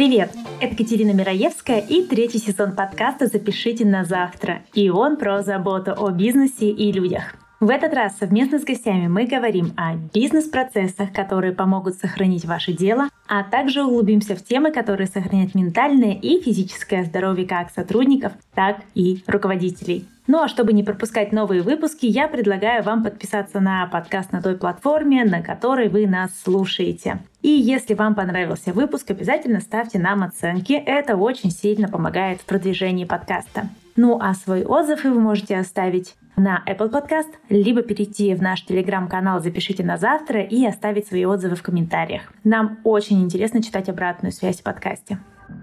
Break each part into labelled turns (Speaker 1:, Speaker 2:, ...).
Speaker 1: Привет! Это Катерина Мираевская и третий сезон подкаста «Запишите на завтра». И он про заботу о бизнесе и людях. В этот раз совместно с гостями мы говорим о бизнес-процессах, которые помогут сохранить ваше дело, а также углубимся в темы, которые сохраняют ментальное и физическое здоровье как сотрудников, так и руководителей. Ну а чтобы не пропускать новые выпуски, я предлагаю вам подписаться на подкаст на той платформе, на которой вы нас слушаете. И если вам понравился выпуск, обязательно ставьте нам оценки. Это очень сильно помогает в продвижении подкаста. Ну а свой отзыв вы можете оставить на Apple Podcast, либо перейти в наш телеграм-канал «Запишите на завтра» и оставить свои отзывы в комментариях. Нам очень интересно читать обратную связь в подкасте.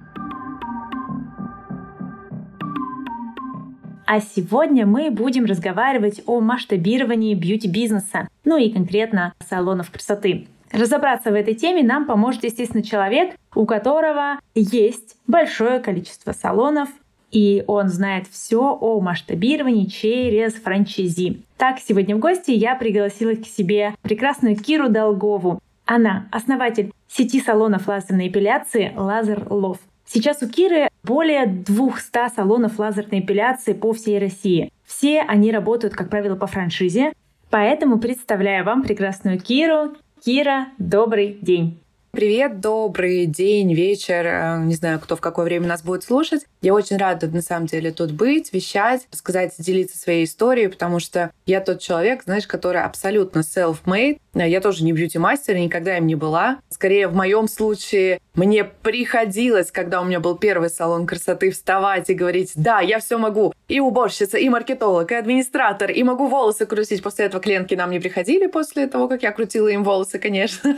Speaker 1: А сегодня мы будем разговаривать о масштабировании бьюти-бизнеса, ну и конкретно салонов красоты. Разобраться в этой теме нам поможет, естественно, человек, у которого есть большое количество салонов, и он знает все о масштабировании через франчайзи. Так, сегодня в гости я пригласила к себе прекрасную Киру Долгову. Она основатель сети салонов лазерной эпиляции Laser Love. Сейчас у Киры более 200 салонов лазерной эпиляции по всей России. Все они работают, как правило, по франшизе. Поэтому представляю вам прекрасную Киру. Кира, добрый день!
Speaker 2: Привет, добрый день, вечер. Не знаю, кто в какое время нас будет слушать. Я очень рада, на самом деле, тут быть, вещать, рассказать, делиться своей историей, потому что я тот человек, знаешь, который абсолютно self-made. Я тоже не бьюти-мастер, никогда им не была. Скорее, в моем случае, мне приходилось, когда у меня был первый салон красоты, вставать и говорить: да, я все могу. И уборщица, и маркетолог, и администратор, и могу волосы крутить. После этого клиентки нам не приходили, после того, как я крутила им волосы, конечно.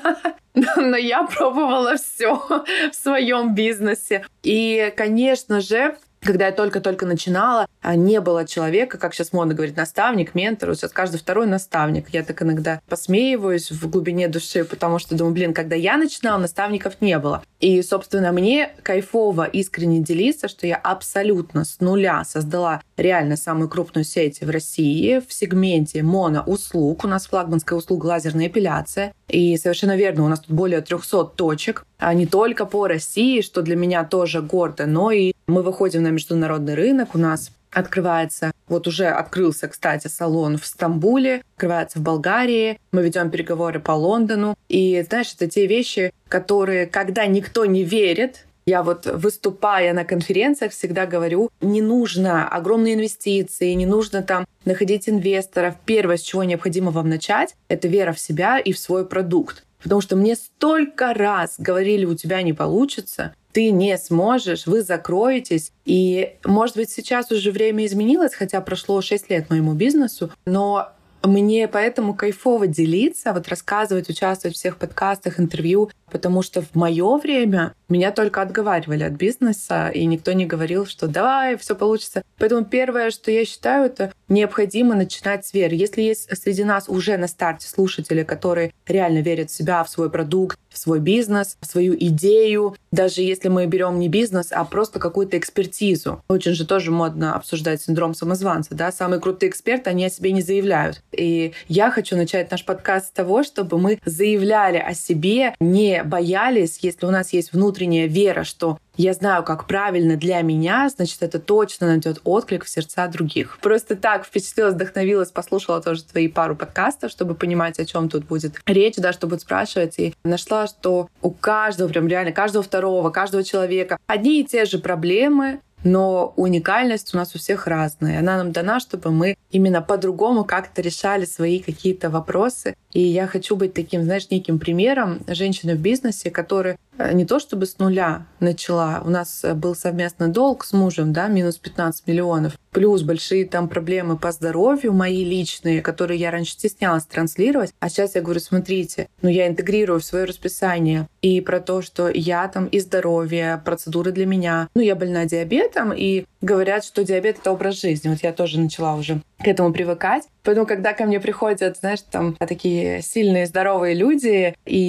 Speaker 2: Но я пробовала все в своем бизнесе. И, конечно же, когда я только-только начинала, не было человека, как сейчас модно говорить, наставник, ментор. Сейчас каждый второй наставник. Я так иногда посмеиваюсь в глубине души, потому что думаю, когда я начинала, наставников не было. И, собственно, мне кайфово искренне делиться, что я абсолютно с нуля создала реально самую крупную сеть в России в сегменте моноуслуг. У нас флагманская услуга лазерная эпиляция. И совершенно верно, у нас тут более 300 точек, а не только по России, что для меня тоже гордо, но и мы выходим на международный рынок. У нас открывается, вот уже открылся, кстати, салон в Стамбуле, открывается в Болгарии. Мы ведем переговоры по Лондону. И знаешь, это те вещи, которые, когда никто не верит, я вот, выступая на конференциях, всегда говорю, не нужно огромные инвестиции, не нужно там находить инвесторов. Первое, с чего необходимо вам начать, это вера в себя и в свой продукт. Потому что мне столько раз говорили: у тебя не получится, ты не сможешь, вы закроетесь. И, может быть, сейчас уже время изменилось, хотя прошло 6 лет моему бизнесу, но мне поэтому кайфово делиться, вот рассказывать, участвовать в всех подкастах, интервью, потому что в мое время меня только отговаривали от бизнеса, и никто не говорил, что давай, все получится. Поэтому первое, что я считаю, это необходимо начинать с веры. Если есть среди нас уже на старте слушатели, которые реально верят в себя, в свой продукт, в свой бизнес, в свою идею, даже если мы берем не бизнес, а просто какую-то экспертизу. Очень же тоже модно обсуждать синдром самозванца, да? Самые крутые эксперты, они о себе не заявляют. И я хочу начать наш подкаст с того, чтобы мы заявляли о себе, не боялись, если у нас есть внутренняя вера, что я знаю, как правильно для меня, значит, это точно найдет отклик в сердца других. Просто так впечатлилась, вдохновилась, послушала тоже твои пару подкастов, чтобы понимать, о чем тут будет речь, да, что будут спрашивать. И нашла, что у каждого, прям реально, каждого второго, каждого человека одни и те же проблемы, но уникальность у нас у всех разная. Она нам дана, чтобы мы именно по-другому как-то решали свои какие-то вопросы. И я хочу быть таким, знаешь, неким примером женщины в бизнесе, которая не то чтобы с нуля начала. У нас был совместный долг с мужем, да, минус 15 миллионов. Плюс большие там проблемы по здоровью мои личные, которые я раньше стеснялась транслировать. А сейчас я говорю: смотрите, я интегрирую в свое расписание и про то, что я там и здоровье, процедуры для меня. Я больна диабетом, и говорят, что диабет — это образ жизни. Вот я тоже начала уже к этому привыкать. Поэтому, когда ко мне приходят, знаешь, там такие сильные, здоровые люди, и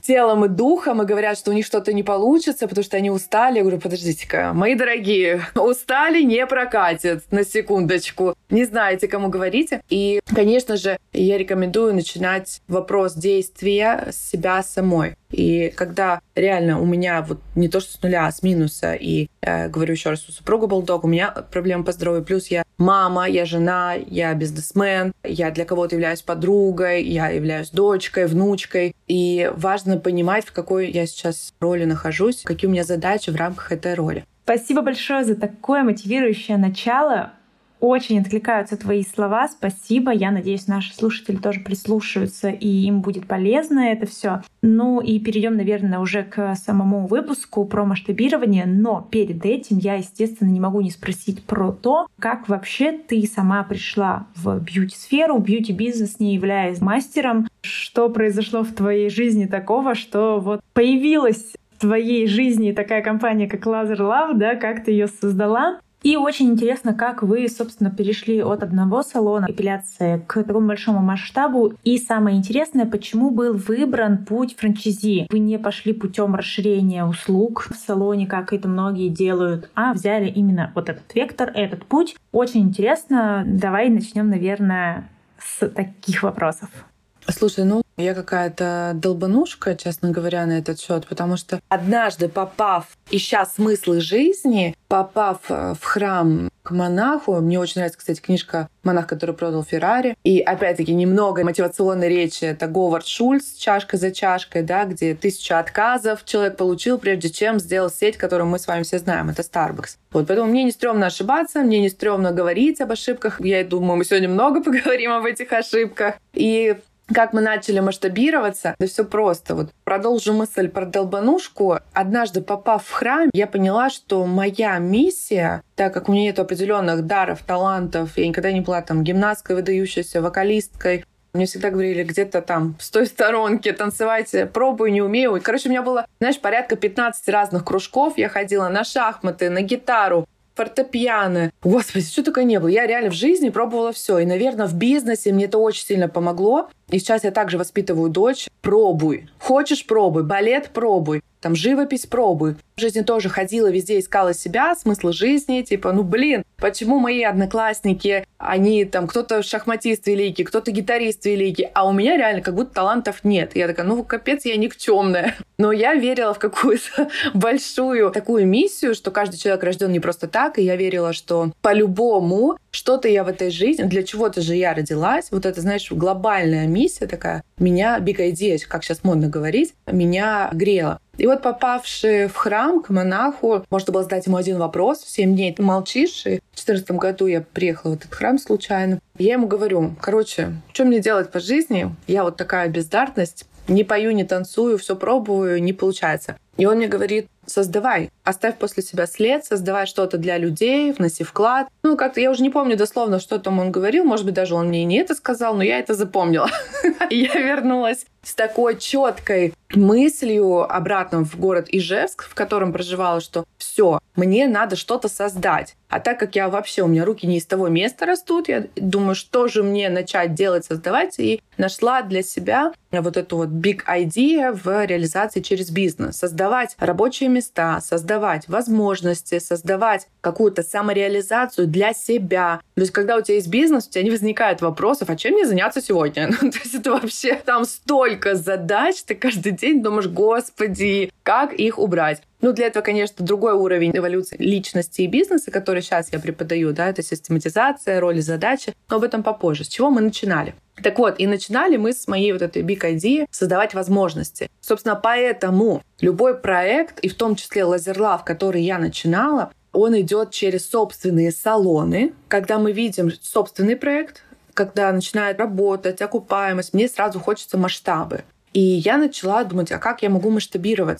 Speaker 2: телом и духом и говорят, что у них что-то не получится, потому что они устали. Я говорю, подождите-ка, мои дорогие, устали, не прокатит, на секундочку. Не знаете, кому говорите. И, конечно же, я рекомендую начинать вопрос действия с себя самой. И когда реально у меня вот не то, что с нуля, а с минуса, и говорю еще раз, у супруга булдог, у меня проблемы по здоровью, плюс я мама, я жена, я бизнесмен, я для кого-то являюсь подругой, я являюсь дочкой, внучкой. И важно понимать, в какой я сейчас роли нахожусь, какие у меня задачи в рамках этой роли.
Speaker 1: Спасибо большое за такое мотивирующее начало. Очень откликаются твои слова. Спасибо. Я надеюсь, наши слушатели тоже прислушаются, и им будет полезно это все. Ну и перейдем, наверное, уже к самому выпуску про масштабирование. Но перед этим я, естественно, не могу не спросить про то, как вообще ты сама пришла в бьюти-сферу, бьюти-бизнес, не являясь мастером. Что произошло в твоей жизни такого, что вот появилась в твоей жизни такая компания, как Laser Love, да, как ты ее создала? И очень интересно, как вы, собственно, перешли от одного салона эпиляции к такому большому масштабу. И самое интересное, почему был выбран путь франчайзи. Вы не пошли путем расширения услуг в салоне, как это многие делают, а взяли именно вот этот вектор, этот путь. Очень интересно. Давай начнем, наверное, с таких вопросов.
Speaker 2: Слушай, я какая-то долбанушка, честно говоря, на этот счет, потому что однажды ища смыслы жизни, попав в храм к монаху, мне очень нравится, кстати, книжка «Монах, который продал Феррари», и опять-таки немного мотивационной речи, это Говард Шульц «Чашка за чашкой», да, где 1000 отказов человек получил, прежде чем сделал сеть, которую мы с вами все знаем, это Starbucks. Вот, поэтому мне не стрёмно ошибаться, мне не стрёмно говорить об ошибках, я думаю, мы сегодня много поговорим об этих ошибках, и как мы начали масштабироваться, да все просто. Вот продолжу мысль про долбанушку. Однажды, попав в храм, я поняла, что моя миссия, так как у меня нет определенных даров, талантов, я никогда не была там гимнасткой, выдающейся, вокалисткой, мне всегда говорили, где-то там, с той сторонки, танцевайте, пробую, не умею. Короче, у меня было, порядка 15 разных кружков. Я ходила на шахматы, на гитару, фортепиано. Господи, что только не было. Я реально в жизни пробовала все. И, наверное, в бизнесе мне это очень сильно помогло. И сейчас я также воспитываю дочь. Пробуй. Хочешь — пробуй. Балет — пробуй. Там живопись — пробуй. В жизни тоже ходила, везде искала себя, смысл жизни. Типа, почему мои одноклассники, они там, кто-то шахматист великий, кто-то гитарист великий, а у меня реально как будто талантов нет. И я такая, капец, я никчемная. Но я верила в какую-то большую такую миссию, что каждый человек рожден не просто так, и я верила, что по-любому что-то я в этой жизни, для чего-то же я родилась. Вот это, глобальная миссия такая, меня, big idea, как сейчас модно говорить, меня грела. И вот попавши в храм к монаху, можно было задать ему один вопрос. В 7 дней ты молчишь. И в 2014 году я приехала в этот храм случайно. Я ему говорю, что мне делать по жизни? Я вот такая бездарность. Не пою, не танцую, все пробую, не получается. И он мне говорит, создавай, оставь после себя след, создавай что-то для людей, вноси вклад. Как-то я уже не помню дословно, что там он говорил. Может быть, даже он мне и не это сказал, но я это запомнила. И я вернулась с такой четкой мыслью обратно в город Ижевск, в котором проживала, что все, мне надо что-то создать. А так как у меня руки не из того места растут, я думаю, что же мне начать делать, создавать, и нашла для себя вот эту вот big idea в реализации через бизнес. Создавать рабочие места, создавать возможности, создавать какую-то самореализацию для себя. То есть, когда у тебя есть бизнес, у тебя не возникает вопросов, а чем мне заняться сегодня? То есть, это вообще там столько задач, ты каждый день думаешь, господи, как их убрать? Для этого, конечно, другой уровень эволюции личности и бизнеса, который сейчас я преподаю, да, это систематизация, роли, задачи, но об этом попозже. С чего мы начинали? Так вот, и начинали мы с моей вот этой big idea создавать возможности. Собственно, поэтому любой проект, и в том числе Laser Love, который я начинала, он идет через собственные салоны. Когда мы видим собственный проект, когда начинает работать, окупаемость, мне сразу хочется масштабы. И я начала думать, а как я могу масштабироваться?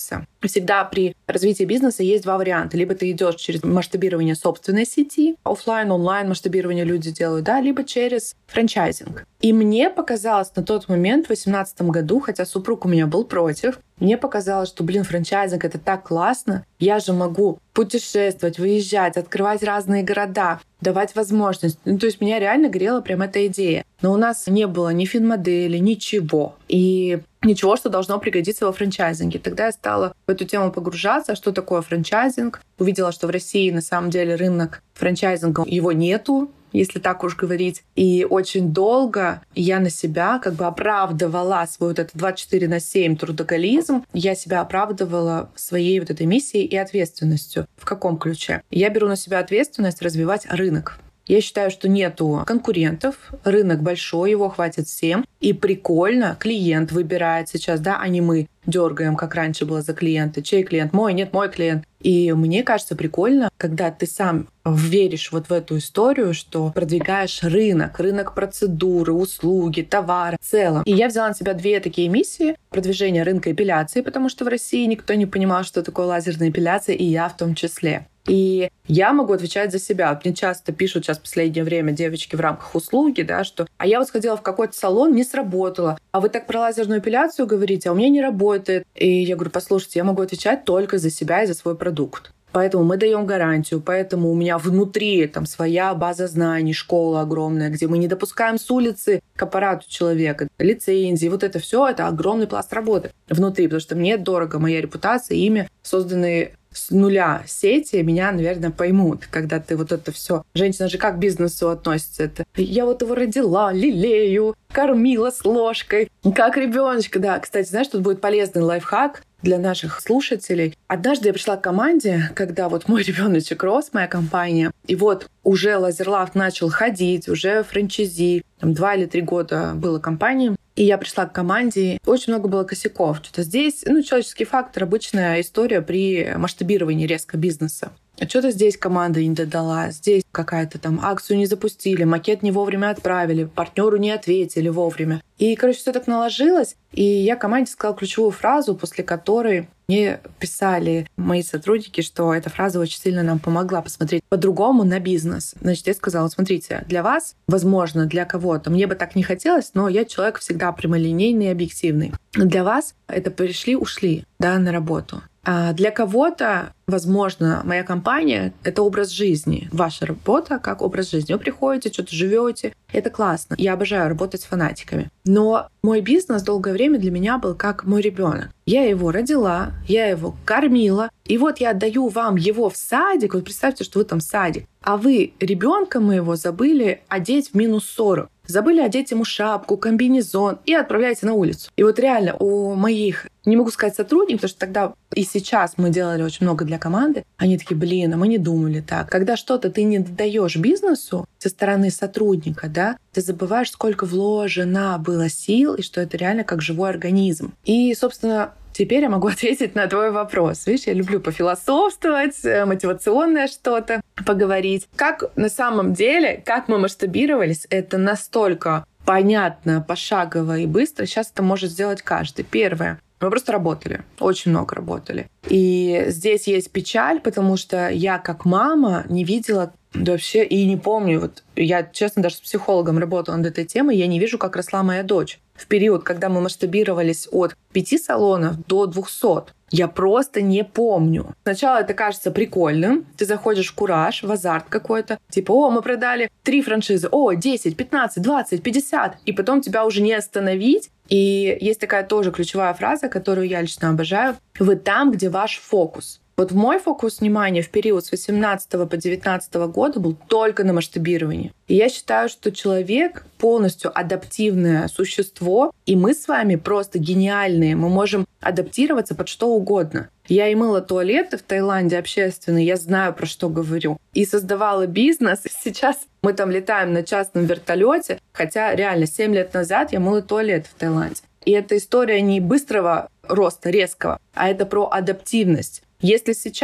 Speaker 2: всегда при развитии бизнеса есть два варианта. Либо ты идешь через масштабирование собственной сети, офлайн, онлайн масштабирование люди делают, да, либо через франчайзинг. И мне показалось на тот момент, в 2018 году, хотя супруг у меня был против, мне показалось, что, франчайзинг — это так классно. Я же могу путешествовать, выезжать, открывать разные города, давать возможность. То есть меня реально грела прям эта идея. Но у нас не было ни финмодели, ничего. И ничего, что должно пригодиться во франчайзинге. Тогда я стала в эту тему погружаться, что такое франчайзинг. Увидела, что в России на самом деле рынок франчайзинга, его нету, если так уж говорить. И очень долго я на себя оправдывала свой этот 24/7 трудоголизм. Я себя оправдывала своей этой миссией и ответственностью. В каком ключе? Я беру на себя ответственность развивать рынок. Я считаю, что нету конкурентов, рынок большой, его хватит всем. И прикольно, клиент выбирает сейчас, да, а не мы дергаем, как раньше было за клиента. Чей клиент? Мой, нет, мой клиент. И мне кажется прикольно, когда ты сам веришь в эту историю, что продвигаешь рынок процедуры, услуги, товары в целом. И я взяла на себя две такие миссии. Продвижение рынка эпиляции, потому что в России никто не понимал, что такое лазерная эпиляция, и я в том числе. И я могу отвечать за себя. Мне часто пишут сейчас в последнее время девочки в рамках услуги, да, что «а я сходила в какой-то салон, не сработало. А вы так про лазерную эпиляцию говорите, а у меня не работает». И я говорю, послушайте, я могу отвечать только за себя и за свой продукт. Поэтому мы даем гарантию, поэтому у меня внутри своя база знаний, школа огромная, где мы не допускаем с улицы к аппарату человека, лицензии, это все, это огромный пласт работы внутри, потому что мне дорого моя репутация, имя, созданные с нуля сети, меня, наверное, поймут, когда ты это все. Женщина же как к бизнесу относится? Это я его родила, лелею, кормила с ложкой, как ребеночка. Да, кстати, знаешь, тут будет полезный лайфхак для наших слушателей. Однажды я пришла к команде, когда мой ребеночек рос, моя компания, и уже Лазерлав начал ходить, уже франчайзи, 2 или 3 года было компании. И я пришла к команде, очень много было косяков. Что-то здесь, человеческий фактор, обычная история при масштабировании резко бизнеса. Что-то здесь команда не додала, здесь какая-то акцию не запустили, макет не вовремя отправили, партнеру не ответили вовремя. И, все так наложилось, и я команде сказала ключевую фразу, после которой мне писали мои сотрудники, что эта фраза очень сильно нам помогла посмотреть по-другому на бизнес. Значит, я сказала, смотрите, для вас, возможно, для кого-то, мне бы так не хотелось, но я человек всегда прямолинейный и объективный. Для вас это пришли-ушли, да, на работу. А для кого-то, возможно, моя компания — это образ жизни. Ваша работа как образ жизни. Вы приходите, что-то живете. Это классно. Я обожаю работать с фанатиками. Но мой бизнес долгое время для меня был как мой ребенок. Я его родила, я его кормила. И я отдаю вам его в садик. Представьте, что вы там садик. А вы ребенка моего забыли одеть в -40. Забыли одеть ему шапку, комбинезон и отправляете на улицу. И реально у моих, не могу сказать сотрудников, потому что тогда и сейчас мы делали очень много для команды, они такие, а мы не думали так. Когда что-то ты не даешь бизнесу со стороны сотрудника, да, ты забываешь, сколько вложено было сил, и что это реально как живой организм. И, собственно, теперь я могу ответить на твой вопрос. Видишь, я люблю пофилософствовать, мотивационное что-то поговорить. Как на самом деле, как мы масштабировались, это настолько понятно, пошагово и быстро. Сейчас это может сделать каждый. Первое. Мы просто работали. Очень много работали. И здесь есть печаль, потому что я как мама не видела вообще и не помню. Я, честно, даже с психологом работала над этой темой, я не вижу, как росла моя дочь. В период, когда мы масштабировались от 5 салонов до 200, я просто не помню. Сначала это кажется прикольным. Ты заходишь в кураж, в азарт какой-то. Мы продали 3 франшизы. 10, 15, 20, 50. И потом тебя уже не остановить. И есть такая тоже ключевая фраза, которую я лично обожаю. Вы там, где ваш фокус. Мой фокус внимания в период с 18 по 19 года был только на масштабировании. И я считаю, что человек полностью адаптивное существо, и мы с вами просто гениальные. Мы можем адаптироваться под что угодно. Я и мыла туалеты в Таиланде общественные, я знаю, про что говорю. И создавала бизнес. Сейчас мы там летаем на частном вертолете, хотя реально 7 лет назад я мыла туалет в Таиланде. И эта история не быстрого роста, резкого, а это про адаптивность. Если сейчас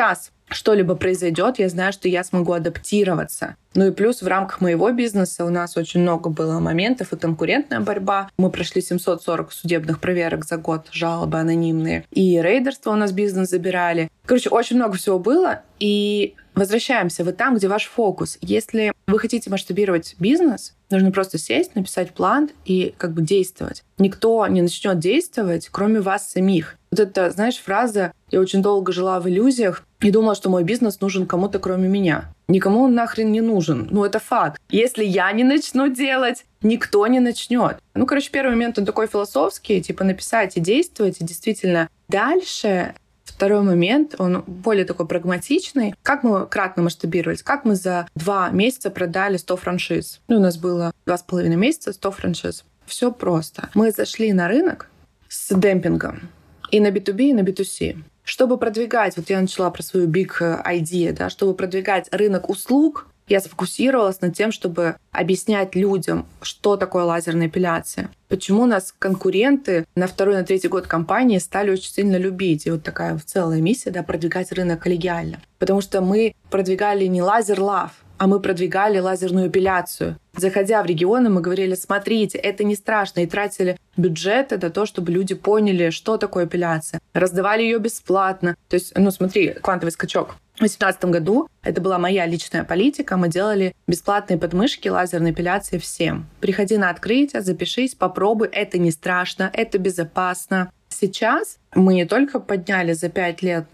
Speaker 2: что-либо произойдет, я знаю, что я смогу адаптироваться. Ну и плюс в рамках моего бизнеса у нас очень много было моментов и конкурентная борьба. Мы прошли 740 судебных проверок за год, жалобы анонимные. И рейдерство у нас бизнес забирали. Короче, очень много всего было. И возвращаемся. Вы там, где ваш фокус. Если вы хотите масштабировать бизнес, нужно просто сесть, написать план и как бы действовать. Никто не начнет действовать, кроме вас самих. Вот это, знаешь, фраза «Я очень долго жила в иллюзиях и думала, что мой бизнес нужен кому-то, кроме меня». Никому он нахрен не нужен. Ну, это факт. Если я не начну делать, никто не начнет. Ну, короче, первый момент, он такой философский, типа написать и действовать, и действительно дальше. Второй момент, он более такой прагматичный. Как мы кратно масштабировались? Как мы за 2 месяца продали 100 франшиз? Ну, у нас было 2,5 месяца, 100 франшиз. Все просто. Мы зашли на рынок с демпингом и на B2B, и на B2C. Чтобы продвигать, вот я начала про свою big idea, да, чтобы продвигать рынок услуг, я сфокусировалась над тем, чтобы объяснять людям, что такое лазерная эпиляция. Почему нас конкуренты на 2-й, на 3-й год компании стали очень сильно любить. И вот такая целая миссия, да, продвигать рынок коллегиально. Потому что мы продвигали не лазер-лав, а мы продвигали лазерную эпиляцию. Заходя в регионы, мы говорили, смотрите, это не страшно, и тратили бюджеты на то, чтобы люди поняли, что такое эпиляция. Раздавали ее бесплатно. То есть, ну смотри, квантовый скачок. В 2018 году, это была моя личная политика, мы делали бесплатные подмышки лазерной эпиляции всем. Приходи на открытие, запишись, попробуй, это не страшно, это безопасно. Сейчас мы не только подняли за 5 лет на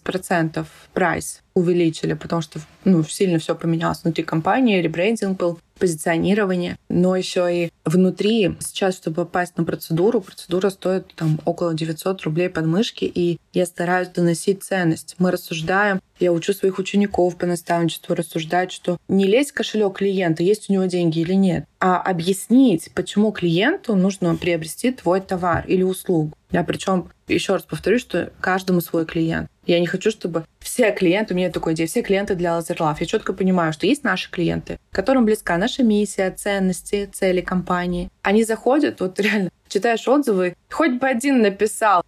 Speaker 2: 70% прайс, увеличили, потому что сильно все поменялось внутри компании, ребрендинг был, позиционирование, но еще и внутри. Сейчас, чтобы попасть на процедура стоит там около 900 рублей подмышки, и я стараюсь доносить ценность. Мы рассуждаем, я учу своих учеников по наставничеству рассуждать, что не лезть в кошелек клиента, есть у него деньги или нет, а объяснить, почему клиенту нужно приобрести твой товар или услугу. Я причем еще раз повторю, что каждому свой клиент. Я не хочу, чтобы все клиенты, у меня такая идея, все клиенты для LaserLove. Я четко понимаю, что есть наши клиенты, которым близка наша миссия, ценности, цели компании. Они заходят, вот реально, читаешь отзывы, хоть бы один написал.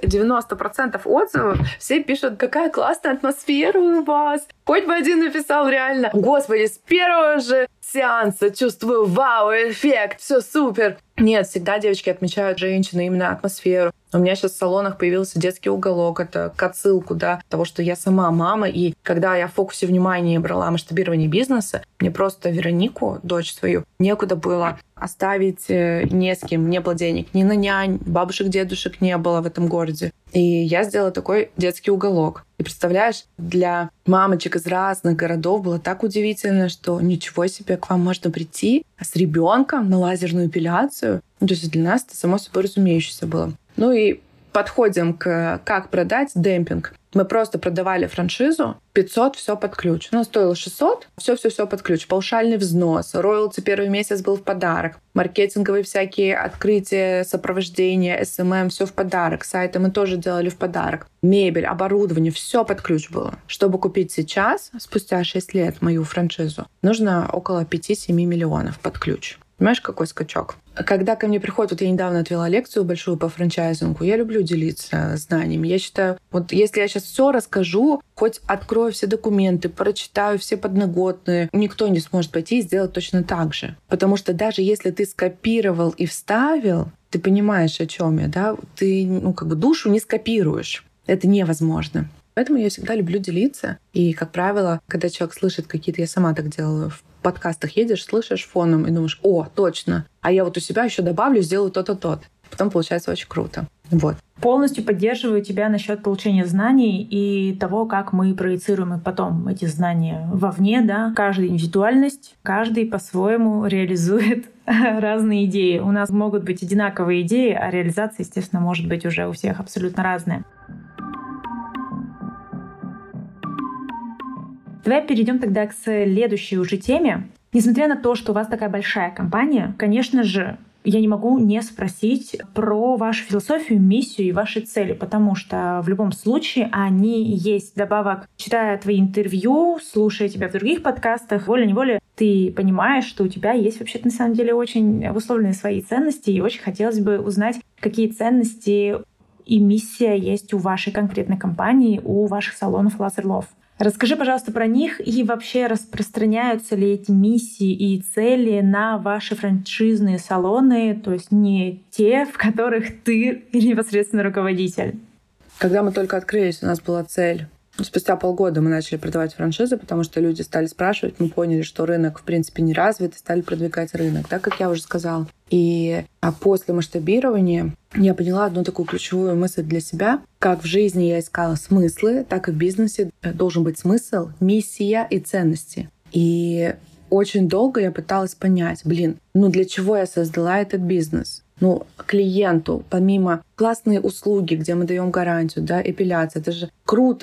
Speaker 2: 90% отзывов все пишут, какая классная атмосфера у вас. Хоть бы один написал реально. Господи, с первого же сеанса чувствую вау, эффект, все супер. Нет, всегда девочки отмечают женщины именно атмосферу. У меня сейчас в салонах появился детский уголок. Это к отсылку, да, того, что я сама мама. И когда я в фокусе внимания брала масштабирование бизнеса, мне просто Веронику, дочь свою, некуда было оставить не с кем. Не было денег ни на нянь, бабушек, дедушек не было в этом городе. И я сделала такой детский уголок. И представляешь, для мамочек из разных городов было так удивительно, что ничего себе, к вам можно прийти с ребенком на лазерную эпиляцию. То есть для нас это само собой разумеющееся было. Ну и подходим к как продать демпинг. Мы просто продавали франшизу, 500 все под ключ. Она стоила 600, все под ключ. Паушальный взнос, роялти первый месяц был в подарок, маркетинговые всякие открытия, сопровождение, SMM, все в подарок. Сайты мы тоже делали в подарок. Мебель, оборудование, все под ключ было. Чтобы купить сейчас, спустя 6 лет, мою франшизу, нужно около 5-7 миллионов под ключ. Понимаешь, какой скачок? Когда ко мне приходят, вот я недавно отвела лекцию большую по франчайзингу, я люблю делиться знаниями. Я считаю, вот если я сейчас все расскажу, хоть открою все документы, прочитаю все подноготные, никто не сможет пойти и сделать точно так же. Потому что даже если ты скопировал и вставил, ты понимаешь, о чем я, да? Ты, душу не скопируешь. Это невозможно. Поэтому я всегда люблю делиться. И, как правило, когда человек слышит какие-то, я сама так делаю, в подкастах едешь, слышишь фоном и думаешь, о, точно, а я вот у себя еще добавлю, сделаю то-то, то-то. Потом получается очень круто. Вот.
Speaker 1: Полностью поддерживаю тебя насчет получения знаний и того, как мы проецируем и потом эти знания вовне, да. Каждая индивидуальность, каждый по-своему реализует разные идеи. У нас могут быть одинаковые идеи, а реализация, естественно, может быть уже у всех абсолютно разная. Давай перейдем тогда к следующей уже теме. Несмотря на то, что у вас такая большая компания, конечно же, я не могу не спросить про вашу философию, миссию и ваши цели, потому что в любом случае они есть. Добавок, читая твои интервью, слушая тебя в других подкастах, волей-неволей ты понимаешь, что у тебя есть вообще-то на самом деле очень обусловленные свои ценности, и очень хотелось бы узнать, какие ценности и миссия есть у вашей конкретной компании, у ваших салонов LaserLove. Расскажи, пожалуйста, про них и вообще распространяются ли эти миссии и цели на ваши франшизные салоны, то есть не те, в которых ты непосредственно руководитель?
Speaker 2: Когда мы только открылись, у нас была цель. Спустя полгода мы начали продавать франшизы, потому что люди стали спрашивать, мы поняли, что рынок, в принципе, не развит, и стали продвигать рынок, да, как я уже сказала. А после масштабирования я поняла одну такую ключевую мысль для себя. Как в жизни я искала смыслы, так и в бизнесе должен быть смысл, миссия и ценности. И очень долго я пыталась понять, для чего я создала этот бизнес? Клиенту, помимо классной услуги, где мы даем гарантию, да, эпиляция, это же круто.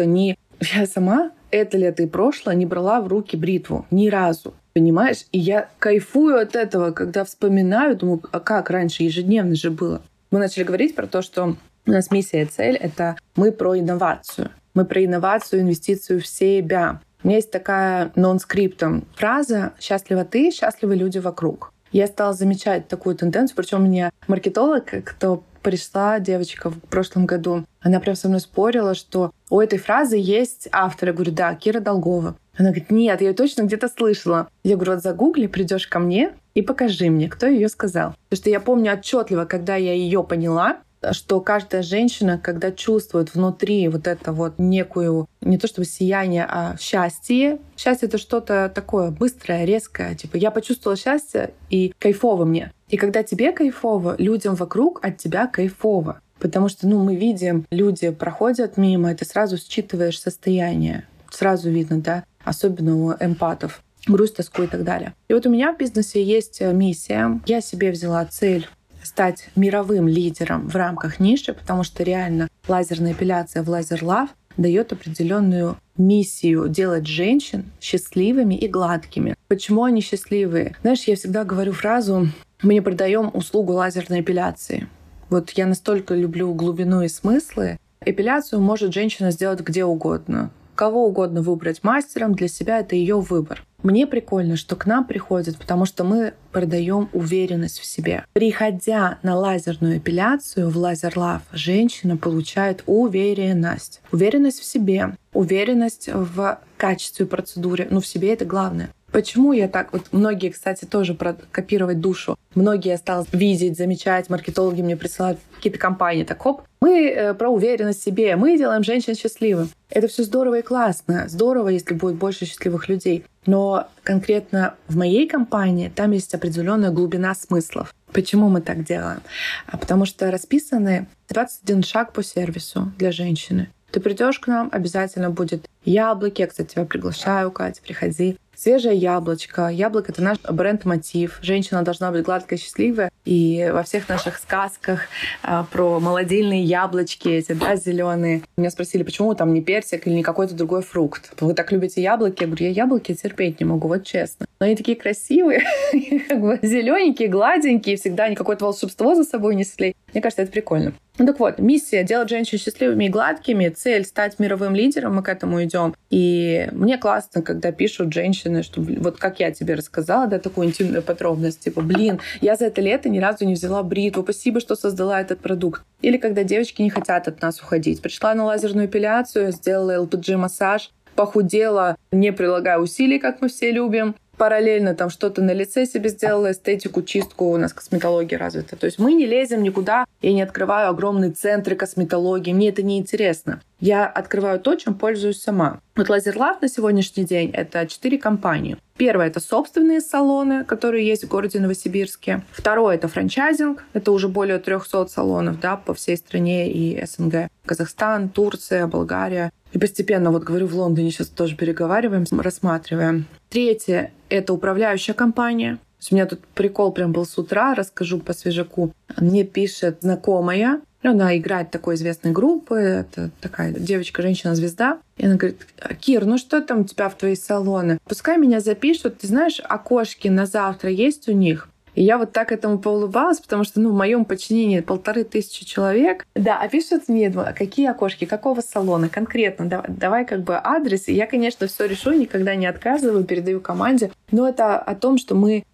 Speaker 2: Я сама это лето и прошлое не брала в руки бритву ни разу. Понимаешь? И я кайфую от этого, когда вспоминаю, думаю, а как раньше, ежедневно же было. Мы начали говорить про то, что у нас миссия и цель — это мы про инновацию. Мы про инновацию, инвестицию в себя. У меня есть такая нон-скриптом фраза «Счастлива ты, счастливы люди вокруг». Я стала замечать такую тенденцию, причем мне маркетолог, кто пришла, девочка, в прошлом году, она прям со мной спорила, что у этой фразы есть автор. Я говорю, да, Кира Долгова. Она говорит, нет, я ее точно где-то слышала. Я говорю, вот загугли, придешь ко мне и покажи мне, кто ее сказал. Потому что я помню отчетливо, когда я ее поняла, что каждая женщина, когда чувствует внутри вот это вот некую, не то чтобы сияние, а счастье. Счастье — это что-то такое быстрое, резкое. Типа я почувствовала счастье, и кайфово мне. И когда тебе кайфово, людям вокруг от тебя кайфово. Потому что, мы видим, люди проходят мимо, и ты сразу считываешь состояние. Сразу видно, да? Особенно у эмпатов. Грусть, тоску и так далее. И вот у меня в бизнесе есть миссия. Я себе взяла цель стать мировым лидером в рамках ниши, потому что реально лазерная эпиляция в Laser Love дает определенную миссию делать женщин счастливыми и гладкими. Почему они счастливые? Знаешь, я всегда говорю фразу «Мы не продаем услугу лазерной эпиляции». Вот я настолько люблю глубину и смыслы. Эпиляцию может женщина сделать где угодно. Кого угодно выбрать мастером, для себя это ее выбор. Мне прикольно, что к нам приходят, потому что мы продаем уверенность в себе. Приходя на лазерную эпиляцию в Laser Love, женщина получает уверенность. Уверенность в себе, уверенность в качестве процедуры. В себе это главное. Почему я так? Вот многие, кстати, тоже про копировать душу. Многие я стала видеть, замечать, маркетологи мне присылают какие-то компании. Так, хоп, мы про уверенность в себе, мы делаем женщин счастливым. Это все здорово и классно. Здорово, если будет больше счастливых людей. Но конкретно в моей компании там есть определенная глубина смыслов. Почему мы так делаем? Потому что расписаны 21 шаг по сервису для женщины. Ты придешь к нам, обязательно будет яблоки. Я, кстати, тебя приглашаю, Катя, приходи. Свежее яблочко. Яблоко — это наш бренд-мотив. Женщина должна быть гладкая, счастливая. И во всех наших сказках про молодильные яблочки эти, да, зеленые. Меня спросили, почему там не персик или не какой-то другой фрукт. Вы так любите яблоки? Я говорю, я яблоки терпеть не могу, вот честно. Но они такие красивые, зелененькие, гладенькие, всегда они какое-то волшебство за собой несли. Мне кажется, это прикольно. Так вот, миссия — делать женщин счастливыми и гладкими, цель — стать мировым лидером, мы к этому идем. И мне классно, когда пишут женщины, что вот как я тебе рассказала, да, такую интимную подробность, типа, я за это лето ни разу не взяла бритву, спасибо, что создала этот продукт. Или когда девочки не хотят от нас уходить. Пришла на лазерную эпиляцию, сделала LPG-массаж, похудела, не прилагая усилий, как мы все любим. Параллельно там что-то на лице себе сделала, эстетику, чистку, у нас косметология развита. То есть мы не лезем никуда, я не открываю огромные центры косметологии, мне это не интересно. Я открываю то, чем пользуюсь сама. Вот Laser Love на сегодняшний день — это 4 компании. Первое — это собственные салоны, которые есть в городе Новосибирске. Второе — это франчайзинг. Это уже более 300 салонов, да, по всей стране и СНГ. Казахстан, Турция, Болгария. И постепенно, вот говорю, в Лондоне сейчас тоже переговариваем, рассматриваем. Третье — это управляющая компания. У меня тут прикол прям был с утра, расскажу по свежаку. Мне пишет знакомая, она играет такой известной группы, это такая девочка, женщина-звезда. И она говорит, Кир, что там у тебя в твои салоны? Пускай меня запишут, ты знаешь, окошки на завтра есть у них? И я вот так этому поулыбалась, потому что, в моем подчинении 1500 человек. Да, а пишут мне, какие окошки, какого салона конкретно, давай как бы адрес. И я, конечно, все решу, никогда не отказываю, передаю команде. Но это о том, что мы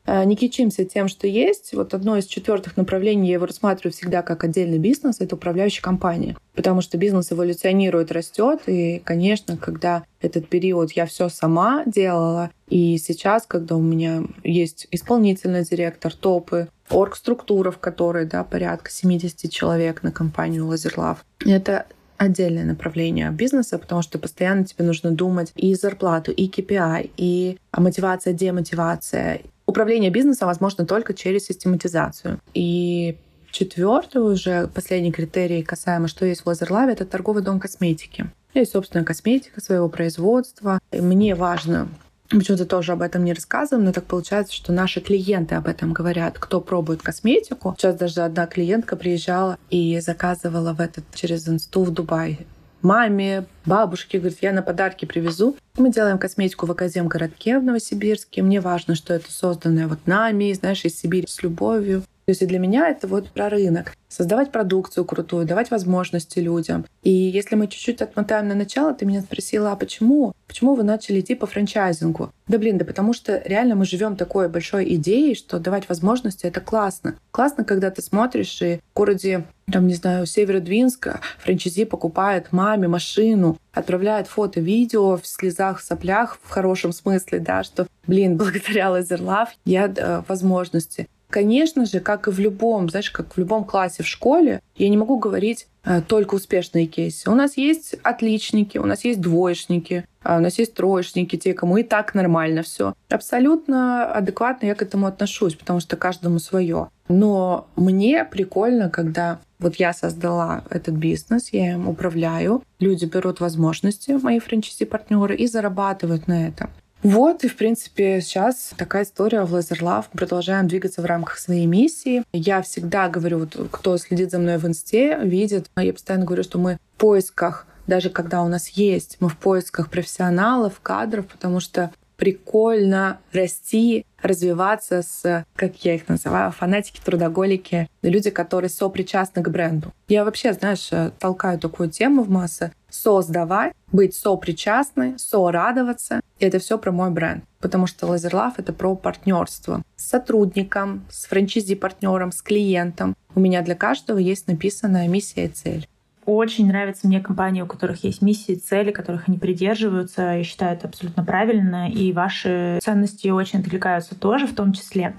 Speaker 2: не кичимся тем, что есть. Вот одно из 4 направлений, я его рассматриваю всегда как отдельный бизнес, это управляющая компания. Потому что бизнес эволюционирует, растет. И, конечно, когда этот период я все сама делала, и сейчас, когда у меня есть исполнительный директор, топы, оргструктура, в которой порядка 70 человек на компанию LaserLove, это отдельное направление бизнеса, потому что постоянно тебе нужно думать и зарплату, и KPI, и мотивация, демотивация. Управление бизнесом возможно только через систематизацию. И 4-й уже последний критерий касаемо, что есть в LaserLove, это торговый дом косметики. Есть собственная косметика своего производства. И мне важно, почему-то тоже об этом не рассказываем, но так получается, что наши клиенты об этом говорят, кто пробует косметику. Сейчас даже одна клиентка приезжала и заказывала через инсту в Дубай маме, бабушке, говорит, я на подарки привезу. Мы делаем косметику в Академгородке в Новосибирске. Мне важно, что это созданное нами, знаешь, из Сибири с любовью. То есть и для меня это про рынок. Создавать продукцию крутую, давать возможности людям. И если мы чуть-чуть отмотаем на начало, ты меня спросила, а почему? Почему вы начали идти по франчайзингу? Да потому что реально мы живем такой большой идеей, что давать возможности — это классно. Классно, когда ты смотришь, и в городе, Северодвинска франчайзи покупает маме машину, отправляет фото, видео в слезах, в соплях, в хорошем смысле, что, благодаря LaserLove я возможности. Конечно же, как и в любом, как в любом классе в школе, я не могу говорить только успешные кейсы. У нас есть отличники, у нас есть двоечники, у нас есть троечники, те, кому и так нормально все. Абсолютно адекватно я к этому отношусь, потому что каждому свое. Но мне прикольно, когда я создала этот бизнес, я им управляю, люди берут возможности, мои франчайзи-партнеры, и зарабатывают на этом. И, в принципе, сейчас такая история в LaserLove. Мы продолжаем двигаться в рамках своей миссии. Я всегда говорю, кто следит за мной в инсте, видит, я постоянно говорю, что мы в поисках, даже когда у нас есть, мы в поисках профессионалов, кадров, потому что прикольно расти, развиваться с, как я их называю, фанатики, трудоголики, люди, которые сопричастны к бренду. Я вообще, толкаю такую тему в массы. Создавать, быть сопричастной, сорадоваться. И это все про мой бренд. Потому что LaserLove — это про партнерство с сотрудником, с франчайзи-партнером, с клиентом. У меня для каждого есть написанная миссия и цель.
Speaker 1: Очень нравятся мне компании, у которых есть миссии, цели, которых они придерживаются. Я считаю, это абсолютно правильно. И ваши ценности очень откликаются тоже в том числе.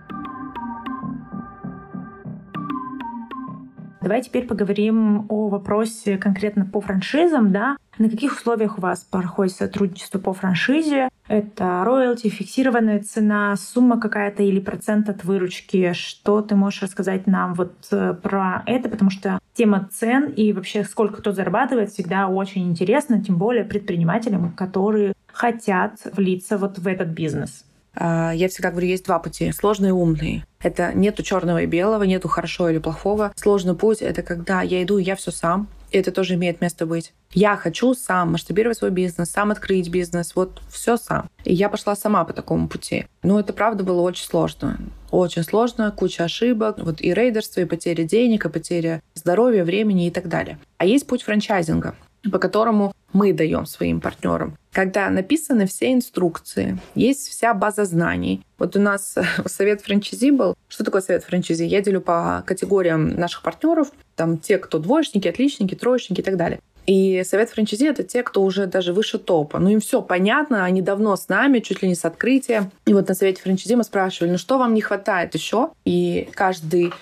Speaker 1: Давай теперь поговорим о вопросе конкретно по франшизам. На каких условиях у вас проходит сотрудничество по франшизе? Это роялти, фиксированная цена, сумма какая-то или процент от выручки? Что ты можешь рассказать нам про это? Потому что тема цен и вообще сколько кто зарабатывает всегда очень интересна, тем более предпринимателям, которые хотят влиться в этот бизнес.
Speaker 2: Я всегда говорю, есть 2 пути: сложный и умный. Это нету черного и белого, нету хорошо или плохого. Сложный путь — это когда я иду, я все сам. И это тоже имеет место быть. Я хочу сам масштабировать свой бизнес, сам открыть бизнес, все сам. И я пошла сама по такому пути. Но это, правда, было очень сложно. Очень сложно, куча ошибок, и рейдерство, и потеря денег, и потеря здоровья, времени и так далее. А есть путь франчайзинга, по которому мы даем своим партнерам. Когда написаны все инструкции, есть вся база знаний. У нас совет франчайзи был. Что такое совет франчайзи? Я делю по категориям наших партнеров. Там те, кто двоечники, отличники, троечники и так далее. И совет франчайзи — это те, кто уже даже выше топа. Им все понятно, они давно с нами, чуть ли не с открытия. И на совете франчайзи мы спрашивали, что вам не хватает еще? И каждый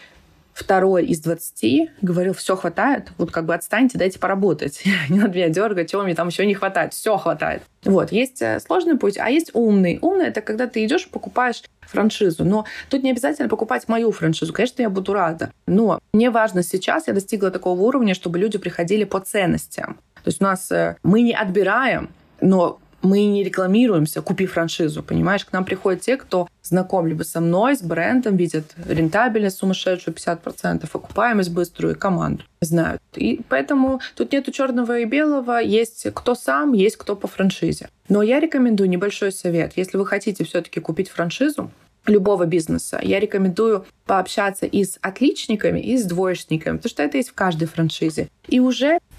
Speaker 2: 2 из 20 говорил, все хватает, отстаньте, дайте поработать. Не надо меня дергать, чего мне там еще не хватает. Все хватает. Есть сложный путь, а есть умный. Умный — это когда ты идешь и покупаешь франшизу. Но тут не обязательно покупать мою франшизу. Конечно, я буду рада. Но мне важно сейчас, я достигла такого уровня, чтобы люди приходили по ценностям. То есть у нас мы не отбираем, но мы не рекламируемся, купи франшизу, понимаешь? К нам приходят те, кто знаком либо со мной, с брендом, видят рентабельность сумасшедшую 50%, окупаемость быструю и команду знают. И поэтому тут нету черного и белого, есть кто сам, есть кто по франшизе. Но я рекомендую небольшой совет. Если вы хотите все-таки купить франшизу любого бизнеса, я рекомендую пообщаться и с отличниками, и с двоечниками, потому что это есть в каждой франшизе. И уже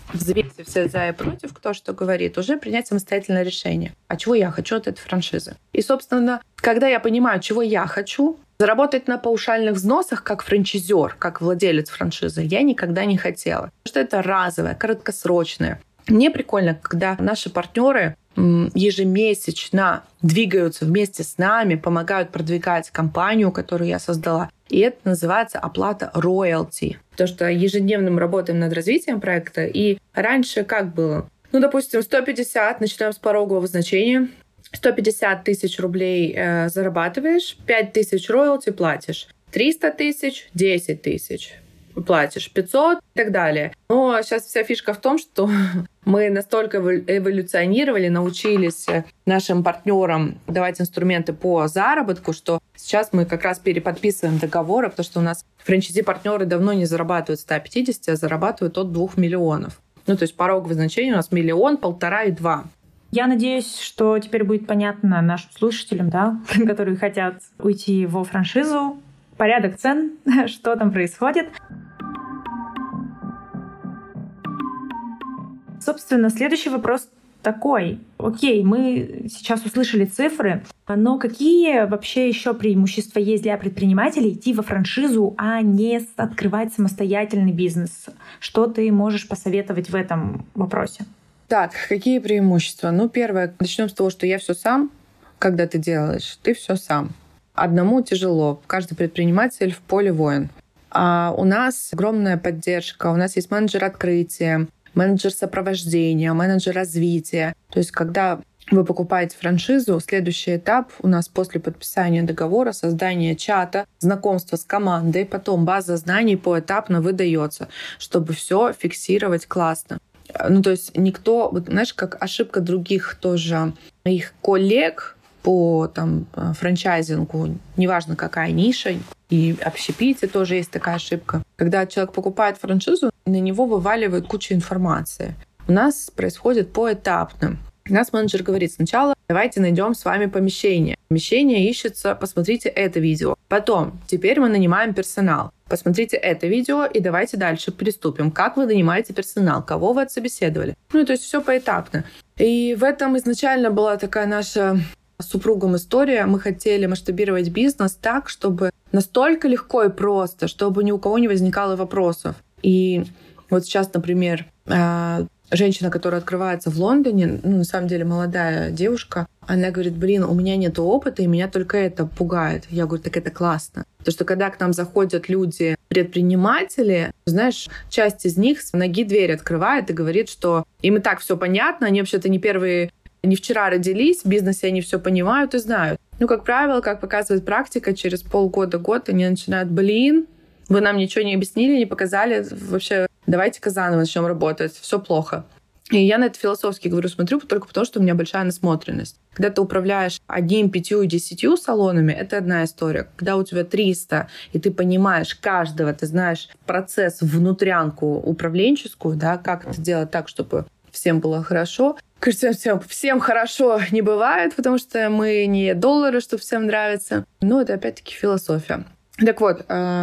Speaker 2: взвесив все за и против, кто что говорит, уже принять самостоятельное решение. А чего я хочу от этой франшизы? И, собственно, когда я понимаю, чего я хочу, заработать на паушальных взносах как франчайзер, как владелец франшизы, я никогда не хотела. Потому что это разовое, краткосрочное. Мне прикольно, когда наши партнеры ежемесячно двигаются вместе с нами, помогают продвигать компанию, которую я создала. И это называется оплата роялти. То, что ежедневно мы работаем над развитием проекта. И раньше как было? Допустим, 150, начинаем с порогового значения. 150 тысяч рублей зарабатываешь, 5 тысяч роялти платишь. 300 тысяч, 10 тысяч платишь, 500 и так далее. Но сейчас вся фишка в том, что мы настолько эволюционировали, научились нашим партнерам давать инструменты по заработку, что сейчас мы как раз переподписываем договоры, потому что у нас франчайзи-партнеры давно не зарабатывают 150, а зарабатывают от 2 миллионов. То есть пороговое значение у нас 1, 1,5 миллиона и 2.
Speaker 1: Я надеюсь, что теперь будет понятно нашим слушателям, да, которые хотят уйти во франшизу, порядок цен, что там происходит. Собственно, следующий вопрос такой. Окей, мы сейчас услышали цифры, но какие вообще еще преимущества есть для предпринимателей идти во франшизу, а не открывать самостоятельный бизнес? Что ты можешь посоветовать в этом вопросе?
Speaker 2: Так, какие преимущества? Первое, начнем с того, что я все сам. Когда ты делаешь, ты все сам. Одному тяжело. Каждый предприниматель в поле воин. А у нас огромная поддержка. У нас есть менеджер открытия, менеджер сопровождения, менеджер развития. То есть, когда вы покупаете франшизу, следующий этап у нас после подписания договора, создание чата, знакомство с командой, потом база знаний поэтапно выдается, чтобы все фиксировать классно. То есть никто, знаешь, как ошибка других тоже моих коллег по франчайзингу, неважно какая ниша, и общепите тоже есть такая ошибка. Когда человек покупает франшизу, на него вываливают кучу информации. У нас происходит поэтапно. У нас менеджер говорит сначала: давайте найдем с вами помещение. Помещение ищется, посмотрите это видео. Потом, теперь мы нанимаем персонал. Посмотрите это видео и давайте дальше приступим. Как вы нанимаете персонал? Кого вы отсобеседовали? То есть все поэтапно. И в этом изначально была такая наша с супругом история. Мы хотели масштабировать бизнес так, чтобы настолько легко и просто, чтобы ни у кого не возникало вопросов. И вот сейчас, например, женщина, которая открывается в Лондоне, на самом деле молодая девушка, она говорит: у меня нет опыта, и меня только это пугает. Я говорю: так это классно. Потому что когда к нам заходят люди, предприниматели, знаешь, часть из них с ноги дверь открывает и говорит, что им и так все понятно, они вообще-то не вчера родились, в бизнесе они все понимают и знают. Как правило, как показывает практика, через полгода-год они начинают: вы нам ничего не объяснили, не показали, вообще давайте-ка заново начнем работать, все плохо. И я на это философски смотрю только потому, что у меня большая насмотренность. Когда ты управляешь 1, 5 и 10 салонами, это одна история. Когда у тебя 300, и ты понимаешь каждого, ты знаешь процесс, внутрянку управленческую, да, как это делать так, чтобы всем было хорошо. Кажется, всем хорошо не бывает, потому что мы не доллары, чтобы всем нравится. Это опять-таки философия. Так вот,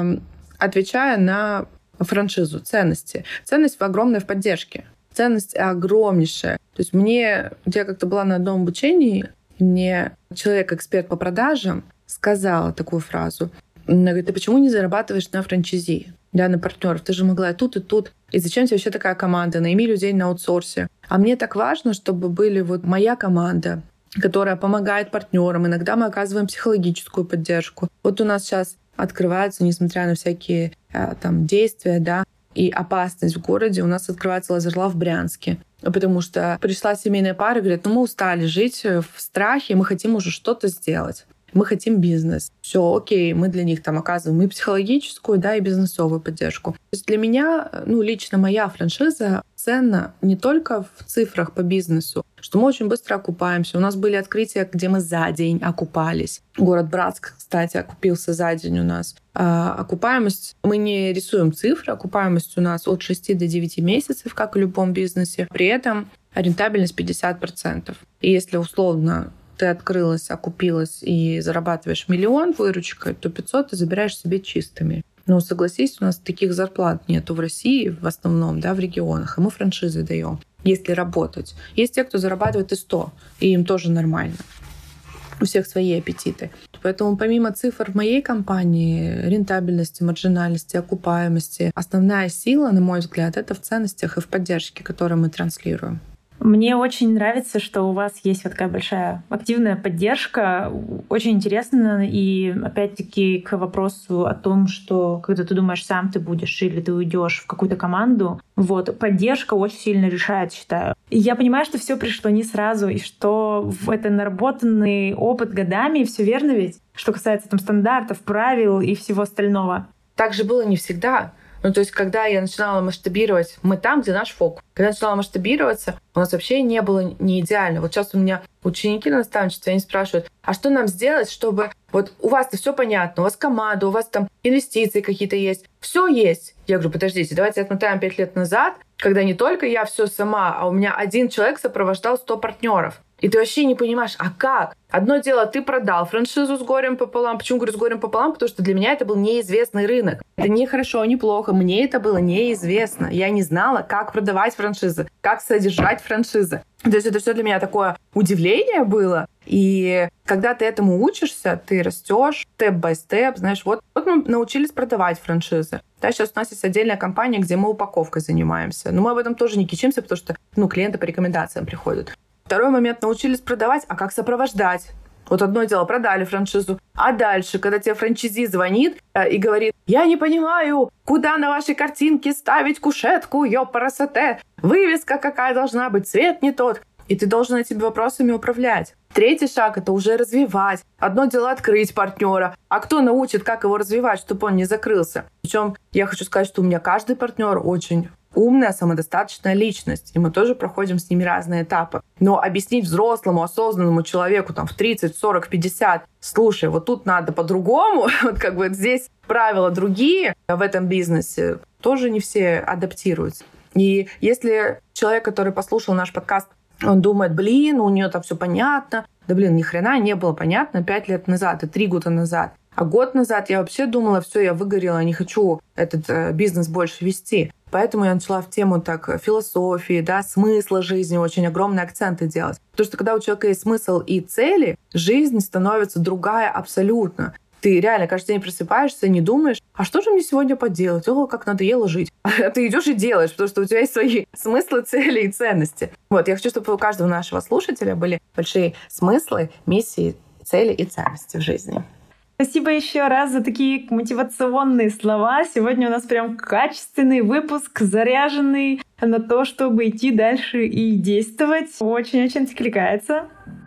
Speaker 2: отвечая на франшизу, ценности. Ценность огромная в поддержке. Ценность огромнейшая. То есть я как-то была на одном обучении, мне человек-эксперт по продажам сказала такую фразу. Она говорит: ты почему не зарабатываешь на франчайзи, на партнеров? Ты же могла и тут, и тут. И зачем тебе вообще такая команда? Найми людей на аутсорсе. А мне так важно, чтобы были моя команда, которая помогает партнерам. Иногда мы оказываем психологическую поддержку. У нас сейчас открываются, несмотря на всякие действия, да, и опасность в городе, у нас открывается Лазерлав в Брянске. Потому что пришла семейная пара и говорит: мы устали жить в страхе, мы хотим уже что-то сделать. Мы хотим бизнес. Все, окей, мы для них оказываем и психологическую, да, и бизнесовую поддержку. То есть для меня, лично моя франшиза ценна не только в цифрах по бизнесу, что мы очень быстро окупаемся. У нас были открытия, где мы за день окупались. Город Братск, кстати, окупился за день у нас. Окупаемость, мы не рисуем цифры, окупаемость у нас от 6 до 9 месяцев, как в любом бизнесе. При этом рентабельность 50%. И если условно ты открылась, окупилась и зарабатываешь 1 000 000 выручкой, то 500 ты забираешь себе чистыми. Но согласись, у нас таких зарплат нету в России в основном, да, в регионах, и мы франшизы даем, если работать. Есть те, кто зарабатывает и 100, и им тоже нормально. У всех свои аппетиты. Поэтому помимо цифр в моей компании, рентабельности, маржинальности, окупаемости, основная сила, на мой взгляд, это в ценностях и в поддержке, которую мы транслируем.
Speaker 1: Мне очень нравится, что у вас есть вот такая большая активная поддержка. Очень интересно. И опять-таки к вопросу о том, что когда ты думаешь, сам ты будешь или ты уйдешь в какую-то команду, вот, поддержка очень сильно решает, считаю. И я понимаю, что все пришло не сразу, и что это наработанный опыт годами, и все верно ведь, что касается там стандартов, правил и всего остального.
Speaker 2: Так же было не всегда. Ну, то есть, когда я начинала масштабировать, мы там, где наш фокус. Когда я начинала масштабироваться, у нас вообще не было не идеально. Вот сейчас у меня ученики на наставничестве, они спрашивают, а что нам сделать, чтобы вот у вас-то все понятно, у вас команда, у вас там инвестиции какие-то есть, все есть. Я говорю, подождите, давайте отмотаем 5 лет назад, когда не только я все сама, а у меня один человек сопровождал 100 партнеров. И ты вообще не понимаешь, а как? Одно дело, ты продал франшизу с горем пополам. Почему говорю с горем пополам? Потому что для меня это был неизвестный рынок. Это не хорошо, не плохо. Мне это было неизвестно. Я не знала, как продавать франшизы, как содержать франшизы. То есть это все для меня такое удивление было. И когда ты этому учишься, ты растешь степ-бай-степ. Знаешь, вот мы научились продавать франшизы. Да, сейчас у нас есть отдельная компания, где мы упаковкой занимаемся. Но мы об этом тоже не кичимся, потому что клиенты по рекомендациям приходят. Второй момент, научились продавать, а как сопровождать? Вот одно дело, продали франшизу, а дальше, когда тебе франчайзи звонит и говорит, я не понимаю, куда на вашей картинке ставить кушетку, ёпарасоте, вывеска какая должна быть, цвет не тот. И ты должен этими вопросами управлять. Третий шаг — это уже развивать. Одно дело открыть партнера, а кто научит, как его развивать, чтобы он не закрылся? Причем я хочу сказать, что у меня каждый партнер очень умная, самодостаточная личность, и мы тоже проходим с ними разные этапы. Но объяснить взрослому, осознанному человеку там, в 30, 40, 50, слушай, вот тут надо по-другому, вот как бы здесь правила другие в этом бизнесе, тоже не все адаптируются. И если человек, который послушал наш подкаст, он думает, у нее там все понятно. Да ни хрена не было понятно 5 лет назад и 3 года назад. А год назад я вообще думала, все, я выгорела, не хочу этот бизнес больше вести. Поэтому я начала в тему так философии, да, смысла жизни, очень огромные акценты делать. Потому что когда у человека есть смысл и цели, жизнь становится другая абсолютно. Ты реально каждый день просыпаешься и не думаешь, а что же мне сегодня поделать? О, как надоело жить. А ты идешь и делаешь, потому что у тебя есть свои смыслы, цели и ценности. Вот, я хочу, чтобы у каждого нашего слушателя были большие смыслы, миссии, цели и ценности в жизни.
Speaker 1: Спасибо еще раз за такие мотивационные слова. Сегодня у нас прям качественный выпуск, заряженный на то, чтобы идти дальше и действовать. Очень-очень откликается.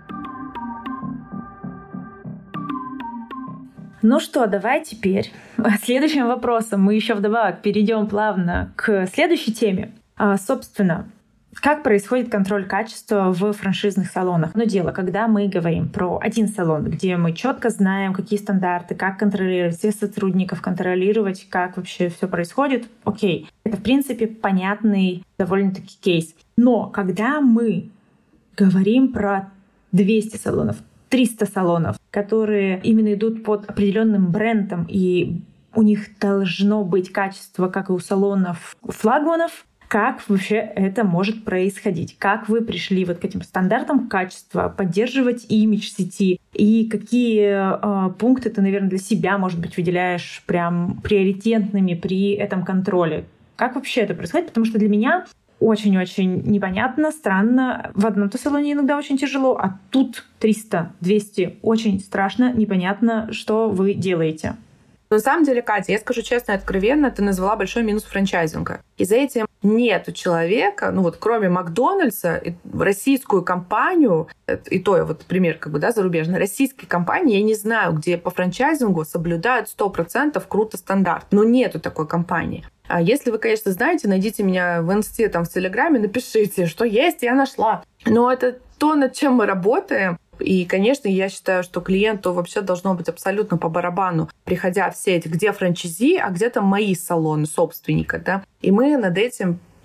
Speaker 1: Ну что, давай теперь следующим вопросом мы еще вдобавок перейдем плавно к следующей теме. Собственно, как происходит контроль качества в франшизных салонах? Но дело, когда мы говорим про один салон, где мы четко знаем, какие стандарты, как контролировать всех сотрудников, контролировать, как вообще все происходит, окей. Это, в принципе, понятный довольно-таки кейс. Но когда мы говорим про 200 салонов, 300 салонов, которые именно идут под определенным брендом, и у них должно быть качество, как и у салонов флагманов. Как вообще это может происходить? Как вы пришли вот к этим стандартам качества, поддерживать имидж сети? И какие пункты ты, наверное, для себя, может быть, выделяешь прям приоритетными при этом контроле? Как вообще это происходит? Потому что для меня очень-очень непонятно, странно. В одном-то салоне иногда очень тяжело, а тут 300, 200. Очень страшно, непонятно, что вы делаете.
Speaker 2: Но на самом деле, Катя, я скажу честно и откровенно, ты назвала большой минус франчайзинга. И за этим нет у человека, кроме Макдональдса, российскую компанию, и то, пример, зарубежный, российские компании, я не знаю, где по франчайзингу соблюдают 100% круто стандарт. Но нету такой компании. А если вы, конечно, знаете, найдите меня в Инсте, в Телеграме, напишите, что есть, я нашла. Но это то, над чем мы работаем. И, конечно, я считаю, что клиенту вообще должно быть абсолютно по барабану, приходя в сеть, где франчайзи, а где там мои салоны собственника, да. И мы над этим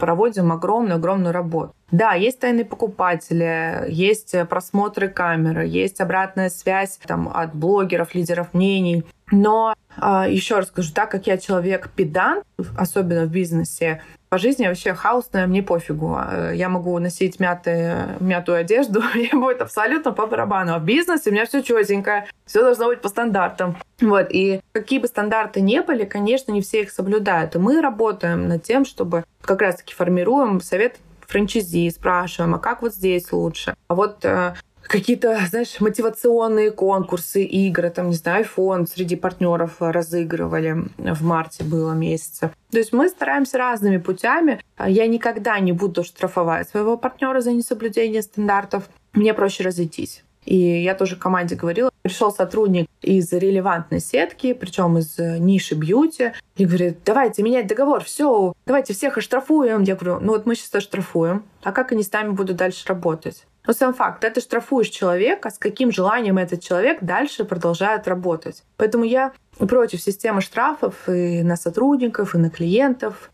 Speaker 2: проводим огромную работу. Да, есть тайные покупатели, есть просмотры камеры, есть обратная связь там, от блогеров, лидеров мнений. Но еще раз скажу, так как я человек педант, особенно в бизнесе, по жизни вообще хаосная, мне пофигу. Я могу носить мятую одежду, и будет абсолютно по барабану. А в бизнесе у меня все четенько, все должно быть по стандартам. Вот. И какие бы стандарты ни были, конечно, не все их соблюдают. И мы работаем над тем, чтобы как раз-таки формируем совет франчайзи, спрашиваем, а как вот здесь лучше? А вот какие-то, знаешь, мотивационные конкурсы, игры, там, не знаю, iPhone среди партнеров разыгрывали в марте было месяца. То есть мы стараемся разными путями. Я никогда не буду штрафовать своего партнера за несоблюдение стандартов. Мне проще разойтись. И я тоже команде говорила, пришел сотрудник из релевантной сетки, причем из ниши бьюти, и говорит, давайте менять договор, все, давайте всех оштрафуем. Я говорю, ну вот мы сейчас оштрафуем, а как они с нами будут дальше работать? Но сам факт, ты штрафуешь человека, с каким желанием этот человек дальше продолжает работать. Поэтому я против системы штрафов и на сотрудников, и на клиентов,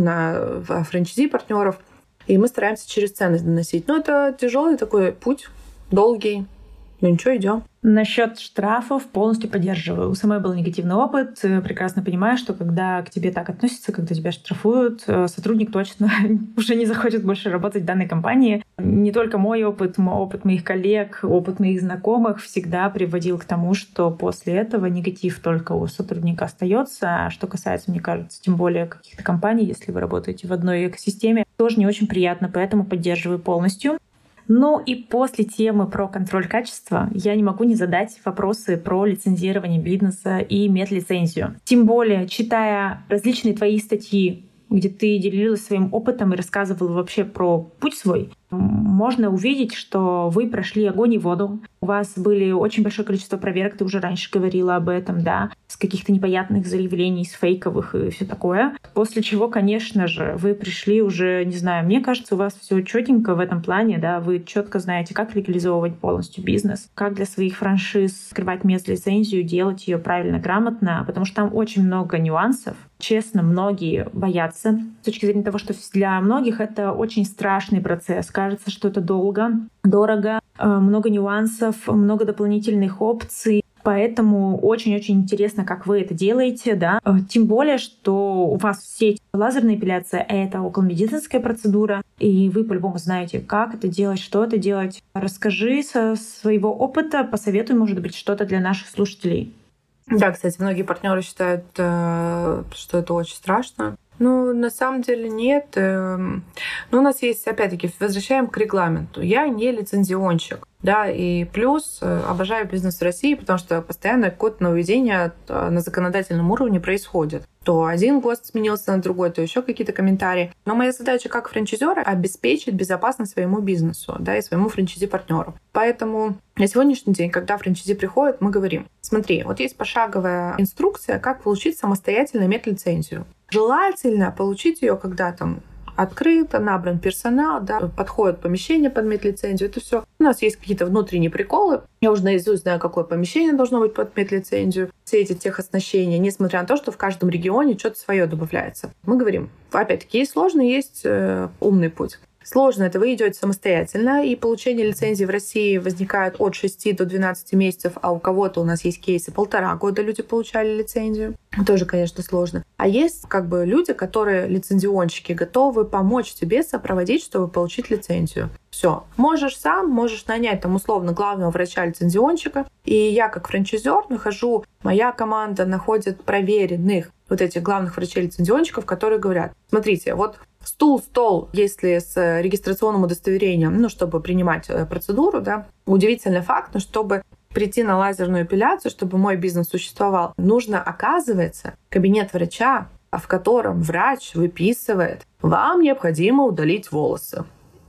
Speaker 2: на франчайзи-партнеров. И мы стараемся через ценность доносить. Но это тяжелый такой путь, долгий. Ну ничего, идем.
Speaker 1: Насчет штрафов полностью поддерживаю. У самой был негативный опыт. Прекрасно понимаю, что когда к тебе так относятся, когда тебя штрафуют, сотрудник точно уже не захочет больше работать в данной компании. Не только мой опыт моих коллег, опыт моих знакомых всегда приводил к тому, что после этого негатив только у сотрудника остается. А что касается, мне кажется, тем более каких-то компаний, если вы работаете в одной экосистеме, тоже не очень приятно, поэтому поддерживаю полностью. Ну и после темы про контроль качества я не могу не задать вопросы про лицензирование бизнеса и медлицензию. Тем более, читая различные твои статьи, где ты делилась своим опытом и рассказывала вообще про путь свой, можно увидеть, что вы прошли огонь и воду. У вас были очень большое количество проверок, ты уже раньше говорила об этом, да, с каких-то непонятных заявлений, с фейковых и все такое. После чего, конечно же, вы пришли уже, не знаю, мне кажется, у вас все четенько в этом плане, да, вы четко знаете, как легализовывать полностью бизнес, как для своих франшиз скрывать медлицензию, делать ее правильно, грамотно, потому что там очень много нюансов. Честно, многие боятся с точки зрения того, что для многих это очень страшный процесс. Кажется, что это долго, дорого, много нюансов, много дополнительных опций. Поэтому очень-очень интересно, как вы это делаете, да. Тем более, что у вас все эти лазерная эпиляция — это околомедицинская процедура, и вы по-любому знаете, как это делать, что это делать. Расскажи со своего опыта, посоветуй, может быть, что-то для наших слушателей.
Speaker 2: Да, кстати, многие партнеры считают, что это очень страшно. Ну, на самом деле нет. Но у нас есть, опять-таки, возвращаем к регламенту. Я не лицензионщик. Да, и плюс обожаю бизнес в России, потому что постоянно какое-то нововведение на законодательном уровне происходит. То один ГОСТ сменился на другой, то еще какие-то комментарии. Но моя задача как франчайзера — обеспечить безопасность своему бизнесу, да, и своему франчайзи-партнеру. Поэтому на сегодняшний день, когда франчайзи приходит, мы говорим: смотри, вот есть пошаговая инструкция, как получить самостоятельно медлицензию. Желательно получить ее, когда там открыто, набран персонал, да, подходит помещение под медлицензию, это все. У нас есть какие-то внутренние приколы. Я уже наизусть знаю, какое помещение должно быть под медлицензию. Все эти техоснащения, несмотря на то, что в каждом регионе что-то свое добавляется. Мы говорим, опять-таки, есть сложный, есть умный путь. Сложно это вы идете самостоятельно, и получение лицензии в России возникает от 6 до 12 месяцев, а у кого-то у нас есть кейсы 1,5 года люди получали лицензию. Тоже, конечно, сложно. А есть люди, которые лицензионщики, готовы помочь тебе сопроводить, чтобы получить лицензию. Все. Можешь сам, можешь нанять там условно главного врача-лицензионщика. И я как франчайзер нахожу, моя команда находит проверенных вот этих главных врачей-лицензионщиков, которые говорят: смотрите, вот стол, если с регистрационным удостоверением, чтобы принимать процедуру, да, удивительный факт, но чтобы прийти на лазерную эпиляцию, чтобы мой бизнес существовал, нужно, оказывается, кабинет врача, в котором врач выписывает: вам необходимо удалить волосы.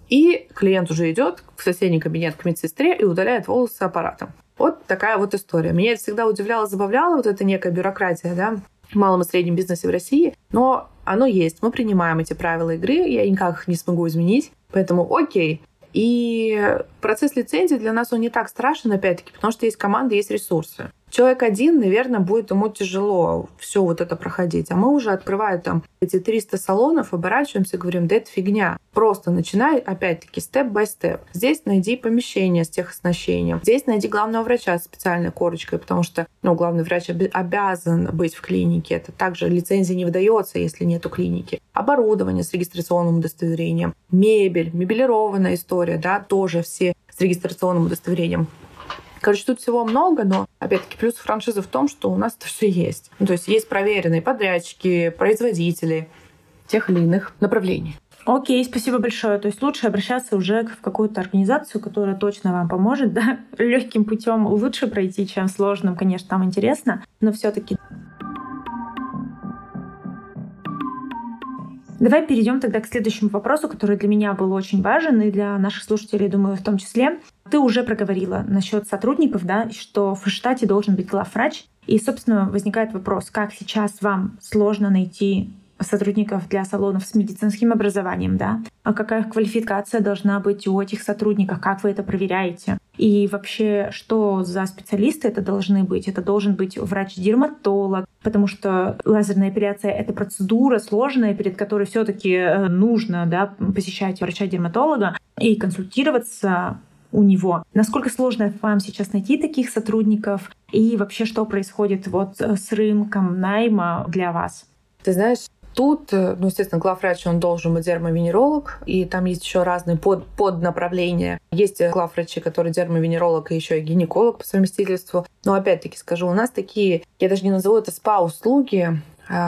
Speaker 2: И клиент уже идет в соседний кабинет к медсестре и удаляет волосы аппаратом. Вот такая вот история. Меня это всегда удивляло, забавляло, вот эта некая бюрократия, да, в малом и среднем бизнесе в России. Но оно есть. Мы принимаем эти правила игры, я никак их не смогу изменить. Поэтому окей. И процесс лицензии для нас, он не так страшен, опять-таки, потому что есть команда, есть ресурсы. Человек один, наверное, будет ему тяжело все вот это проходить. А мы уже, открывая там эти 300 салонов, оборачиваемся и говорим, да это фигня. Просто начинай, опять-таки, степ-бай-степ. Здесь найди помещение с техоснащением. Здесь найди главного врача с специальной корочкой, потому что главный врач обязан быть в клинике. Это также лицензия не выдается, если нету клиники. Оборудование с регистрационным удостоверением. Мебель, мебелированная история, да, тоже все с регистрационным удостоверением. Короче, тут всего много, но, опять-таки, плюс франшизы в том, что у нас это все есть. То есть есть проверенные подрядчики, производители тех или иных направлений.
Speaker 1: Окей, спасибо большое. То есть лучше обращаться уже в какую-то организацию, которая точно вам поможет, да? Легким путем лучше пройти, чем сложным, конечно, там интересно, но все-таки. Давай перейдем тогда к следующему вопросу, который для меня был очень важен и для наших слушателей, думаю, в том числе. Ты уже проговорила насчет сотрудников, да, что в штате должен быть главврач. И, собственно, возникает вопрос, как сейчас вам сложно найти сотрудников для салонов с медицинским образованием, да? А какая квалификация должна быть у этих сотрудников? Как вы это проверяете? И вообще, что за специалисты это должны быть? Это должен быть врач-дерматолог, потому что лазерная эпиляция — это процедура сложная, перед которой все-таки нужно, да, посещать врача-дерматолога и консультироваться у него. Насколько сложно вам сейчас найти таких сотрудников? И вообще, что происходит вот с рынком найма для вас?
Speaker 2: Ты знаешь, тут, естественно, главврач, он должен быть дермовенеролог, и там есть еще разные поднаправления. Есть главврачи, которые дермовенеролог и еще и гинеколог по совместительству. Но опять-таки скажу, у нас такие, я даже не назову это спа-услуги,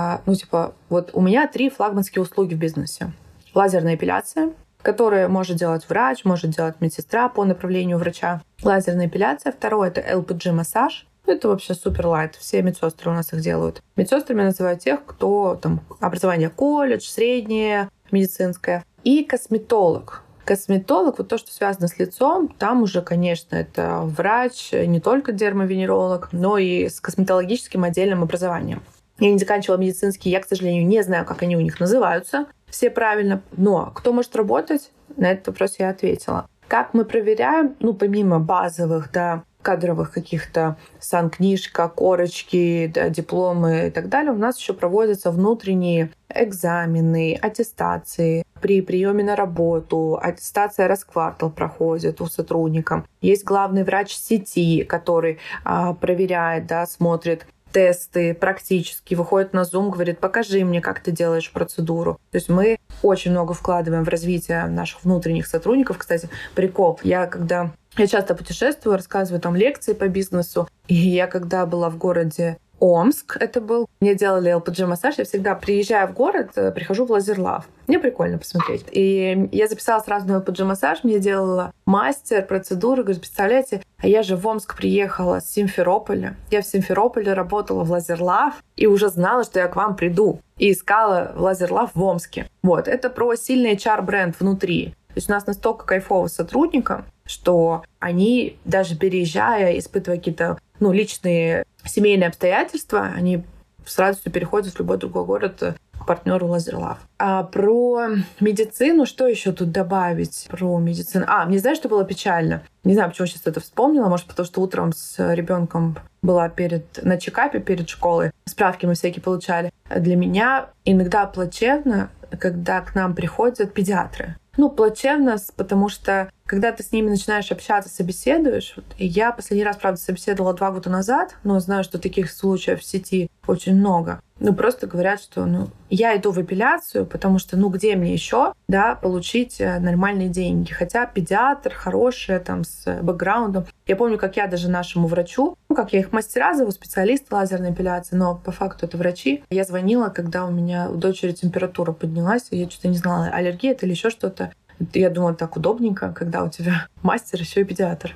Speaker 2: вот у меня 3 флагманские услуги в бизнесе. Лазерная эпиляция, которую может делать врач, может делать медсестра по направлению врача. Лазерная эпиляция. Второе — это LPG-массаж. Это вообще супер лайт. Все медсестры у нас их делают. Медсестрами называют тех, кто там образование колледж, среднее, медицинское. И косметолог. Косметолог, вот то, что связано с лицом, там уже, конечно, это врач, не только дермовенеролог, но и с косметологическим отдельным образованием. Я не заканчивала медицинский, я, к сожалению, не знаю, как они у них называются, все правильно. Но кто может работать? На этот вопрос я ответила. Как мы проверяем? Помимо базовых, да, кадровых каких-то санкнижка, корочки, да, дипломы и так далее, у нас еще проводятся внутренние экзамены, аттестации при приеме на работу, аттестация раз в квартал проходит у сотрудника. Есть главный врач сети, который проверяет, да, смотрит тесты практически, выходит на Zoom, говорит, покажи мне, как ты делаешь процедуру. То есть мы очень много вкладываем в развитие наших внутренних сотрудников. Кстати, прикол. Я часто путешествую, рассказываю там лекции по бизнесу, и я когда была в городе Омск, это был, мне делали LPG-массаж, я всегда приезжаю в город, прихожу в Лазерлав. Мне прикольно посмотреть. И я записала сразу на LPG-массаж, мне делала мастер процедуры, говорит, представляете, а я же в Омск приехала с Симферополя. Я в Симферополе работала в Лазерлав и уже знала, что я к вам приду. И искала Лазерлав в Омске. Вот, это про сильный HR-бренд внутри. То есть у нас настолько кайфово с сотрудником, что они, даже переезжая, испытывая какие-то личные семейные обстоятельства, они с радостью переходят в любой другой город к партнеру Лазерлав. А про медицину, что еще тут добавить? Про медицину. Мне знаешь, что было печально? Не знаю, почему сейчас это вспомнила. Может, потому что утром с ребенком была на чекапе перед школой. Справки мы всякие получали. Для меня иногда плачевно, когда к нам приходят педиатры. Плачевно, потому что когда ты с ними начинаешь общаться, собеседуешь, я последний раз, правда, собеседовала 2 года назад, но знаю, что таких случаев в сети очень много. Просто говорят, что я иду в эпиляцию, потому что где мне еще, да, получить нормальные деньги. Хотя педиатр хороший, там, с бэкграундом. Я помню, как я даже нашему врачу, как я их мастера зову, специалисты лазерной эпиляции, но по факту это врачи. Я звонила, когда у меня у дочери температура поднялась, и я что-то не знала, аллергия это или еще что-то. Я думала, так удобненько, когда у тебя мастер, еще и педиатр.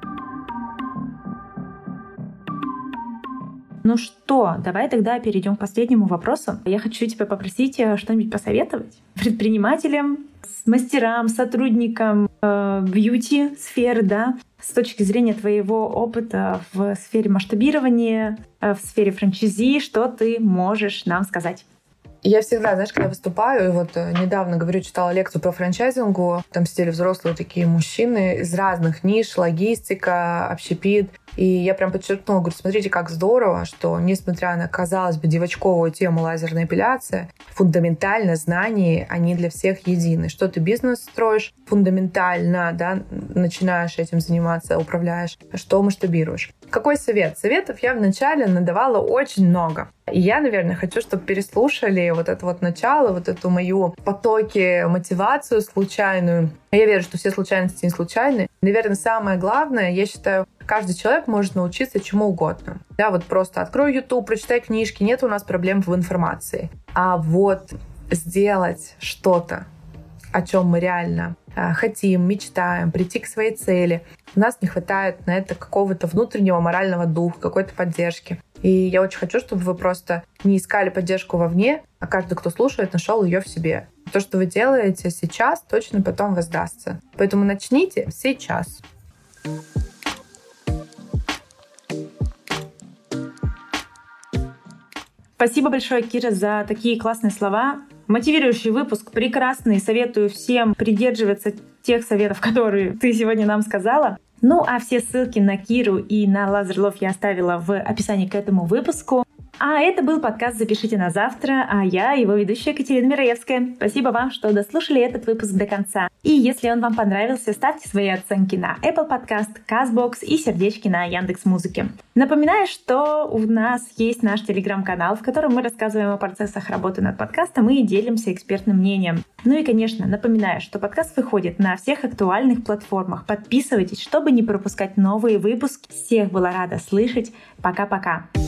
Speaker 1: Ну что, давай тогда перейдем к последнему вопросу. Я хочу тебя попросить что-нибудь посоветовать предпринимателям, мастерам, сотрудникам бьюти-сферы, да, с точки зрения твоего опыта в сфере масштабирования, в сфере франчайзи, что ты можешь нам сказать?
Speaker 2: Я всегда, знаешь, когда выступаю, и вот недавно, читала лекцию по франчайзингу, там сидели взрослые такие мужчины из разных ниш, логистика, общепит. И я прям подчеркнула, говорю, смотрите, как здорово, что несмотря на, казалось бы, девочковую тему лазерной эпиляции, фундаментально знания, они для всех едины. Что ты бизнес строишь, фундаментально, да, начинаешь этим заниматься, управляешь, что масштабируешь. Какой совет? Советов я вначале надавала очень много. И я, наверное, хочу, чтобы переслушали вот это вот начало, вот эту мою потоки, мотивацию случайную. Я верю, что все случайности не случайны. Наверное, самое главное, я считаю, каждый человек может научиться чему угодно. Да, вот просто открой YouTube, прочитай книжки, нет у нас проблем в информации. А вот сделать что-то, о чем мы реально хотим, мечтаем, прийти к своей цели. У нас не хватает на это какого-то внутреннего морального духа, какой-то поддержки. И я очень хочу, чтобы вы просто не искали поддержку вовне, а каждый, кто слушает, нашел ее в себе. То, что вы делаете сейчас, точно потом воздастся. Поэтому начните сейчас.
Speaker 1: Спасибо большое, Кира, за такие классные слова. Мотивирующий выпуск, прекрасный. Советую всем придерживаться тех советов, которые ты сегодня нам сказала. Ну а все ссылки на Киру и на Laser Love я оставила в описании к этому выпуску. А это был подкаст «Запишите на завтра», а я, его ведущая Катерина Мираевская. Спасибо вам, что дослушали этот выпуск до конца. И если он вам понравился, ставьте свои оценки на Apple Podcast, CastBox и сердечки на Яндекс.Музыке. Напоминаю, что у нас есть наш телеграм-канал, в котором мы рассказываем о процессах работы над подкастом и делимся экспертным мнением. Ну и, конечно, напоминаю, что подкаст выходит на всех актуальных платформах. Подписывайтесь, чтобы не пропускать новые выпуски. Всех была рада слышать. Пока-пока.